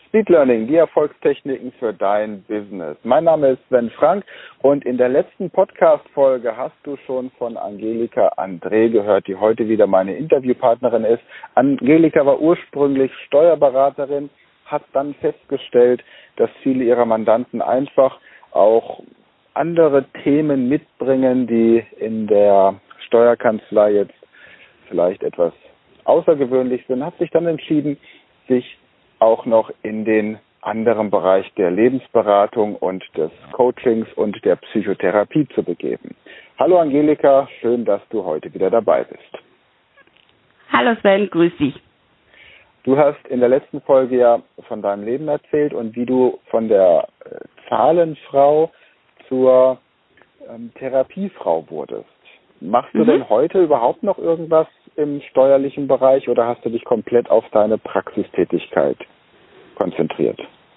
Speed Learning, die Erfolgstechniken für dein Business. Mein Name ist Sven Frank und in der letzten Podcast-Folge hast du schon von Angelika André gehört, die heute wieder meine Interviewpartnerin ist. Angelika war ursprünglich Steuerberaterin, hat dann festgestellt, dass viele ihrer Mandanten einfach auch andere Themen mitbringen, die in der Steuerkanzlei jetzt vielleicht etwas außergewöhnlich sind, hat sich dann entschieden, sich auch noch in den anderen Bereich der Lebensberatung und des Coachings und der Psychotherapie zu begeben. Hallo Angelika, schön, dass du heute wieder dabei bist. Hallo Sven, grüß dich. Du hast in der letzten Folge ja von deinem Leben erzählt und wie du von der Zahlenfrau zur Therapiefrau wurdest. Machst du denn heute überhaupt noch irgendwas im steuerlichen Bereich oder hast du dich komplett auf deine Praxistätigkeit konzentriert?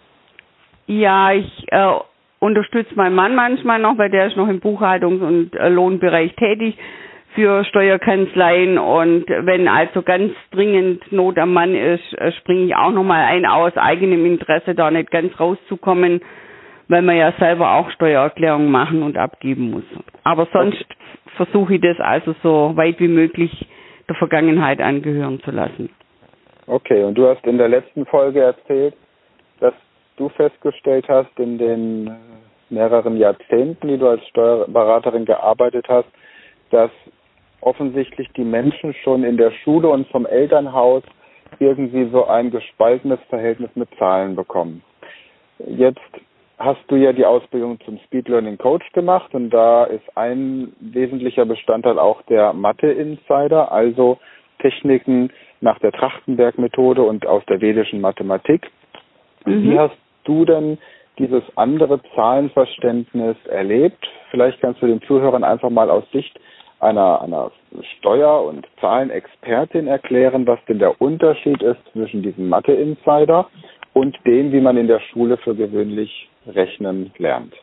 Ja, ich unterstütze meinen Mann manchmal noch, weil der ist noch im Buchhaltungs- und Lohnbereich tätig für Steuerkanzleien, und wenn also ganz dringend Not am Mann ist, springe ich auch nochmal ein, aus eigenem Interesse da nicht ganz rauszukommen, weil man ja selber auch Steuererklärungen machen und abgeben muss. Aber sonst versuche ich das also so weit wie möglich der Vergangenheit angehören zu lassen. Okay, und du hast in der letzten Folge erzählt, dass du festgestellt hast, in den mehreren Jahrzehnten, die du als Steuerberaterin gearbeitet hast, dass offensichtlich die Menschen schon in der Schule und vom Elternhaus irgendwie so ein gespaltenes Verhältnis mit Zahlen bekommen. Jetzt hast du ja die Ausbildung zum Speed Learning Coach gemacht und da ist ein wesentlicher Bestandteil auch der Mathe-Insider, also Techniken nach der Trachtenberg-Methode und aus der vedischen Mathematik. Wie hast du denn dieses andere Zahlenverständnis erlebt? Vielleicht kannst du den Zuhörern einfach mal aus Sicht einer Steuer- und Zahlenexpertin erklären, was denn der Unterschied ist zwischen diesem Mathe-Insider und dem, wie man in der Schule für gewöhnlich rechnen lernt.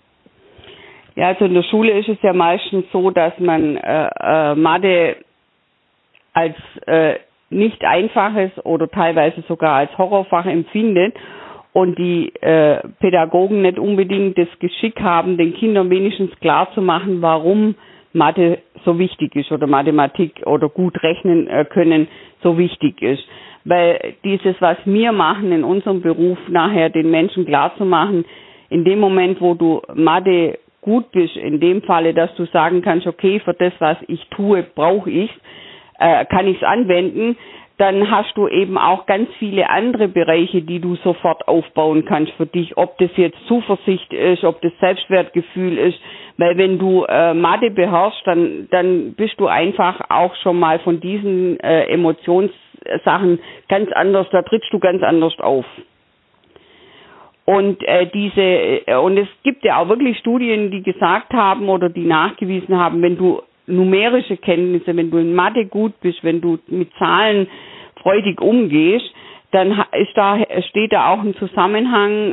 Ja, also in der Schule ist es ja meistens so, dass man Mathe als nicht einfaches oder teilweise sogar als Horrorfach empfindet und die Pädagogen nicht unbedingt das Geschick haben, den Kindern wenigstens klar zu machen, warum Mathe so wichtig ist oder Mathematik oder gut rechnen können so wichtig ist. Weil dieses, was wir machen in unserem Beruf, nachher den Menschen klar zu machen, in dem Moment, wo du Mathe gut bist, in dem Falle, dass du sagen kannst, okay, für das, was ich tue, brauche ich kann ich es anwenden, dann hast du eben auch ganz viele andere Bereiche, die du sofort aufbauen kannst für dich, ob das jetzt Zuversicht ist, ob das Selbstwertgefühl ist, weil wenn du Mathe beherrschst, dann bist du einfach auch schon mal von diesen Emotionssachen ganz anders, da trittst du ganz anders auf. Und und es gibt ja auch wirklich Studien, die gesagt haben oder die nachgewiesen haben, wenn du numerische Kenntnisse, wenn du in Mathe gut bist, wenn du mit Zahlen freudig umgehst, dann besteht da auch ein Zusammenhang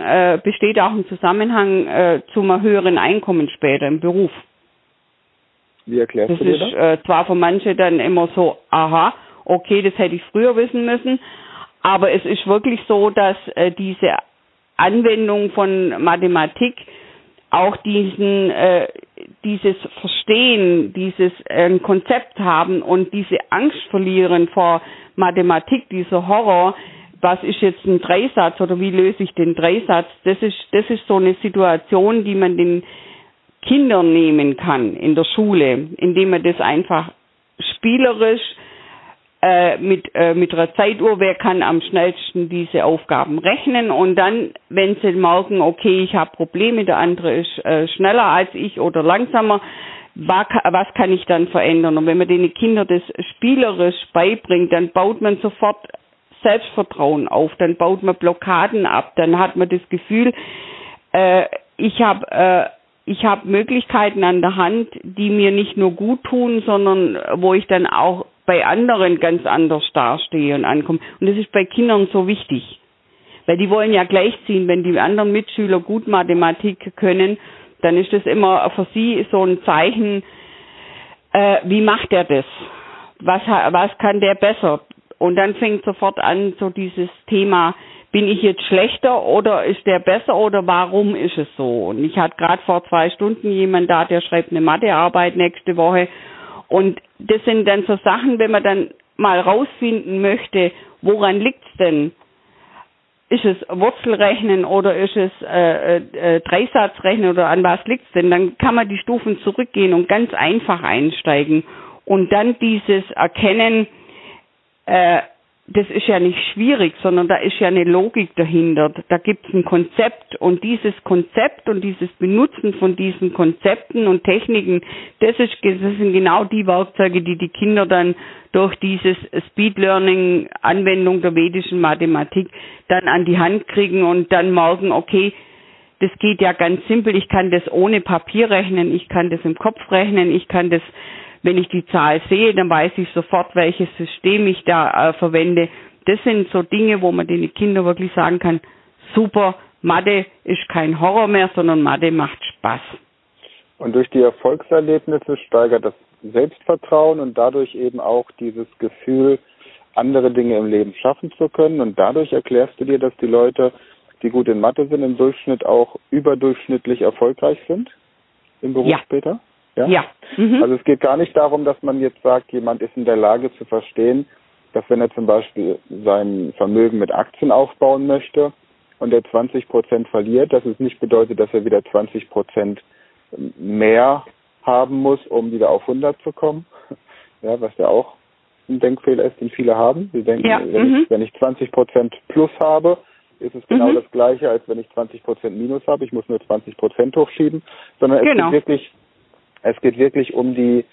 zum höheren Einkommen später im Beruf. Wie erklärst du dir das? Das ist zwar für manche dann immer so, aha, okay, das hätte ich früher wissen müssen, aber es ist wirklich so, dass diese Anwendung von Mathematik auch dieses Verstehen, dieses Konzept haben und diese Angst verlieren vor Mathematik, dieser Horror, was ist jetzt ein Dreisatz oder wie löse ich den Dreisatz, das ist so eine Situation, die man den Kindern nehmen kann in der Schule, indem man das einfach spielerisch mit einer Zeituhr, wer kann am schnellsten diese Aufgaben rechnen, und dann, wenn sie merken, okay, ich habe Probleme, der andere ist schneller als ich oder langsamer, was kann ich dann verändern? Und wenn man den Kindern das spielerisch beibringt, dann baut man sofort Selbstvertrauen auf, dann baut man Blockaden ab, dann hat man das Gefühl, ich habe Möglichkeiten an der Hand, die mir nicht nur gut tun, sondern wo ich dann auch bei anderen ganz anders dastehe und ankomme. Und das ist bei Kindern so wichtig, weil die wollen ja gleichziehen. Wenn die anderen Mitschüler gut Mathematik können, dann ist das immer für sie so ein Zeichen, wie macht er das? Was kann der besser? Und dann fängt sofort an, so dieses Thema bin ich jetzt schlechter oder ist der besser oder warum ist es so? Und ich hatte gerade vor 2 Stunden jemand da, der schreibt eine Mathearbeit nächste Woche. Und das sind dann so Sachen, wenn man dann mal rausfinden möchte, woran liegt's denn? Ist es Wurzelrechnen oder ist es Dreisatzrechnen oder an was liegt's denn? Dann kann man die Stufen zurückgehen und ganz einfach einsteigen. Und dann dieses Erkennen, das ist ja nicht schwierig, sondern da ist ja eine Logik dahinter. Da gibt es ein Konzept und dieses Konzept und dieses Benutzen von diesen Konzepten und Techniken, das sind genau die Werkzeuge, die die Kinder dann durch dieses Speed Learning, Anwendung der vedischen Mathematik dann an die Hand kriegen und dann merken, okay, das geht ja ganz simpel, ich kann das ohne Papier rechnen, ich kann das im Kopf rechnen, ich kann das, wenn ich die Zahl sehe, dann weiß ich sofort, welches System ich da verwende. Das sind so Dinge, wo man den Kindern wirklich sagen kann, super, Mathe ist kein Horror mehr, sondern Mathe macht Spaß. Und durch die Erfolgserlebnisse steigert das Selbstvertrauen und dadurch eben auch dieses Gefühl, andere Dinge im Leben schaffen zu können. Und dadurch erklärst du dir, dass die Leute, die gut in Mathe sind, im Durchschnitt auch überdurchschnittlich erfolgreich sind im Beruf später? Ja. Mhm. Also es geht gar nicht darum, dass man jetzt sagt, jemand ist in der Lage zu verstehen, dass wenn er zum Beispiel sein Vermögen mit Aktien aufbauen möchte und er 20% verliert, dass es nicht bedeutet, dass er wieder 20% mehr haben muss, um wieder auf 100 zu kommen. Ja, was ja auch ein Denkfehler ist, den viele haben. Sie denken, wenn ich 20% plus habe, ist es genau das Gleiche, als wenn ich 20% minus habe. Ich muss nur 20% hochschieben, sondern es geht wirklich um die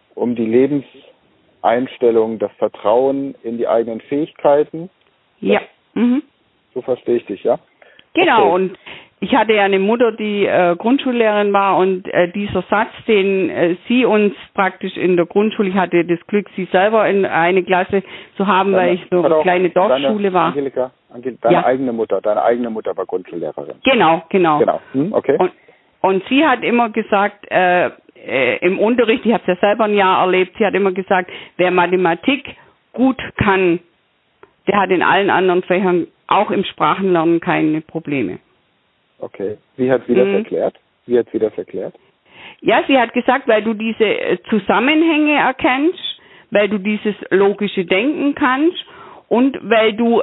Lebenseinstellung, das Vertrauen in die eigenen Fähigkeiten. Ja. So verstehe ich dich, ja? Genau, okay. Und ich hatte ja eine Mutter, die Grundschullehrerin war und dieser Satz, den sie uns praktisch in der Grundschule, ich hatte das Glück, sie selber in eine Klasse zu haben, weil ich so eine kleine Dorfschule war. Angelika, deine eigene Mutter war Grundschullehrerin. Genau. Okay. Und sie hat immer gesagt, im Unterricht, ich habe es ja selber ein Jahr erlebt, sie hat immer gesagt, wer Mathematik gut kann, der hat in allen anderen Fächern, auch im Sprachenlernen, keine Probleme. Okay. Wie hat sie das erklärt? Ja, sie hat gesagt, weil du diese Zusammenhänge erkennst, weil du dieses logische Denken kannst und weil du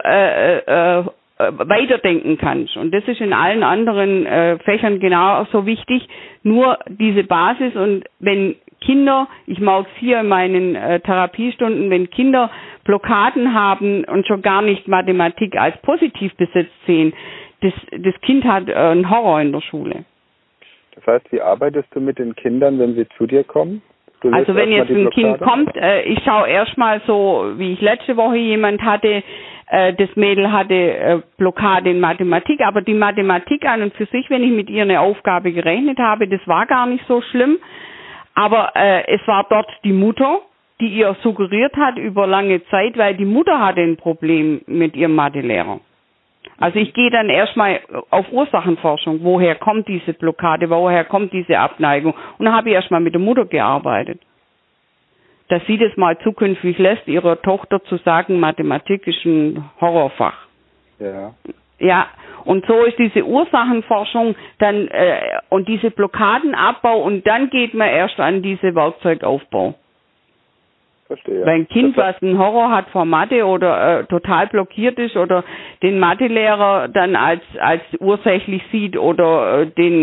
weiterdenken kannst. Und das ist in allen anderen Fächern genauso wichtig. Nur diese Basis und wenn Kinder, ich merke es hier in meinen Therapiestunden, wenn Kinder Blockaden haben und schon gar nicht Mathematik als positiv besetzt sehen, das Kind hat einen Horror in der Schule. Das heißt, wie arbeitest du mit den Kindern, wenn sie zu dir kommen? Also wenn jetzt ein Kind kommt, ich schaue erstmal so, wie ich letzte Woche jemand hatte, das Mädel hatte Blockade in Mathematik, aber die Mathematik an und für sich, wenn ich mit ihr eine Aufgabe gerechnet habe, das war gar nicht so schlimm. Aber es war dort die Mutter, die ihr suggeriert hat über lange Zeit, weil die Mutter hatte ein Problem mit ihrem Mathelehrer. Also ich gehe dann erstmal auf Ursachenforschung. Woher kommt diese Blockade? Woher kommt diese Abneigung? Und dann habe ich erstmal mit der Mutter gearbeitet. Dass sie das mal zukünftig lässt, ihrer Tochter zu sagen, Mathematik ist ein Horrorfach. Ja. Ja, und so ist diese Ursachenforschung dann und diese Blockadenabbau und dann geht man erst an diese Werkzeugaufbau. Verstehe. Weil ein Kind, was einen Horror hat vor Mathe oder total blockiert ist oder den Mathelehrer dann als ursächlich sieht oder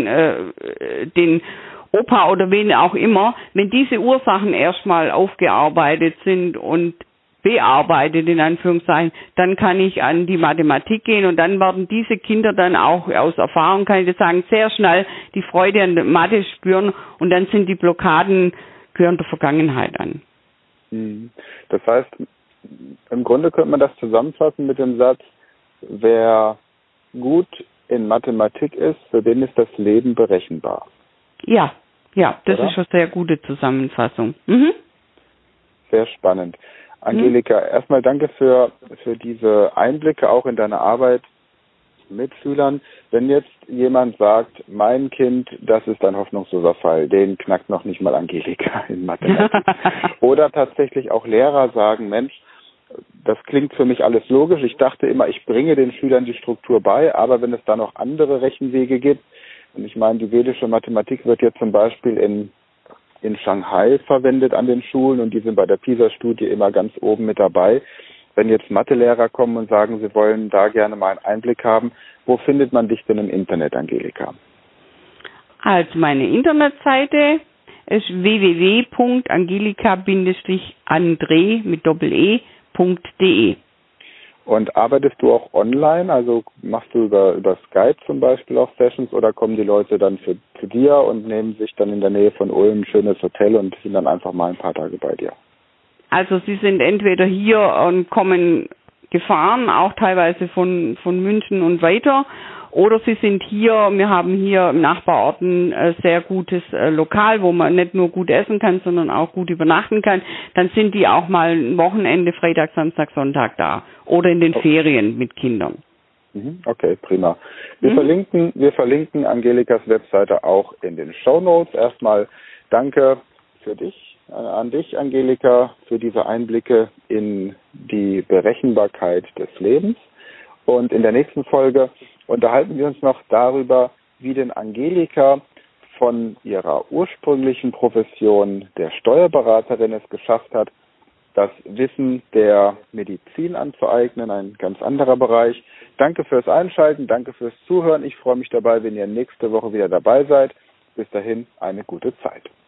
den Opa oder wen auch immer, wenn diese Ursachen erstmal aufgearbeitet sind und bearbeitet, in Anführungszeichen, dann kann ich an die Mathematik gehen und dann werden diese Kinder dann auch aus Erfahrung, kann ich das sagen, sehr schnell die Freude an der Mathe spüren und dann sind die Blockaden, gehören der Vergangenheit an. Das heißt, im Grunde könnte man das zusammenfassen mit dem Satz, wer gut in Mathematik ist, für den ist das Leben berechenbar. Ja, das ist eine sehr gute Zusammenfassung. Sehr spannend. Angelika, erstmal danke für diese Einblicke auch in deine Arbeit mit Schülern. Wenn jetzt jemand sagt, mein Kind, das ist ein hoffnungsloser Fall, den knackt noch nicht mal Angelika in Mathematik. Oder tatsächlich auch Lehrer sagen, Mensch, das klingt für mich alles logisch. Ich dachte immer, ich bringe den Schülern die Struktur bei, aber wenn es da noch andere Rechenwege gibt, und ich meine, die vedische Mathematik wird jetzt zum Beispiel in Shanghai verwendet an den Schulen und die sind bei der PISA-Studie immer ganz oben mit dabei. Wenn jetzt Mathelehrer kommen und sagen, sie wollen da gerne mal einen Einblick haben, wo findet man dich denn im Internet, Angelika? Also meine Internetseite ist www.angelika-andre mit Doppel-E.de. Und arbeitest du auch online? Also machst du über Skype zum Beispiel auch Sessions oder kommen die Leute dann zu dir und nehmen sich dann in der Nähe von Ulm ein schönes Hotel und sind dann einfach mal ein paar Tage bei dir? Also sie sind entweder hier und kommen gefahren, auch teilweise von München und weiter, oder sie sind hier, wir haben hier im Nachbarort ein sehr gutes Lokal, wo man nicht nur gut essen kann, sondern auch gut übernachten kann. Dann sind die auch mal ein Wochenende, Freitag, Samstag, Sonntag da oder in den Ferien mit Kindern. Okay, prima. Wir verlinken Angelikas Webseite auch in den Shownotes. Erstmal danke an dich, Angelika, für diese Einblicke in die Berechenbarkeit des Lebens. Und in der nächsten Folge unterhalten wir uns noch darüber, wie denn Angelika von ihrer ursprünglichen Profession der Steuerberaterin es geschafft hat, das Wissen der Medizin anzueignen, ein ganz anderer Bereich. Danke fürs Einschalten, danke fürs Zuhören. Ich freue mich dabei, wenn ihr nächste Woche wieder dabei seid. Bis dahin, eine gute Zeit.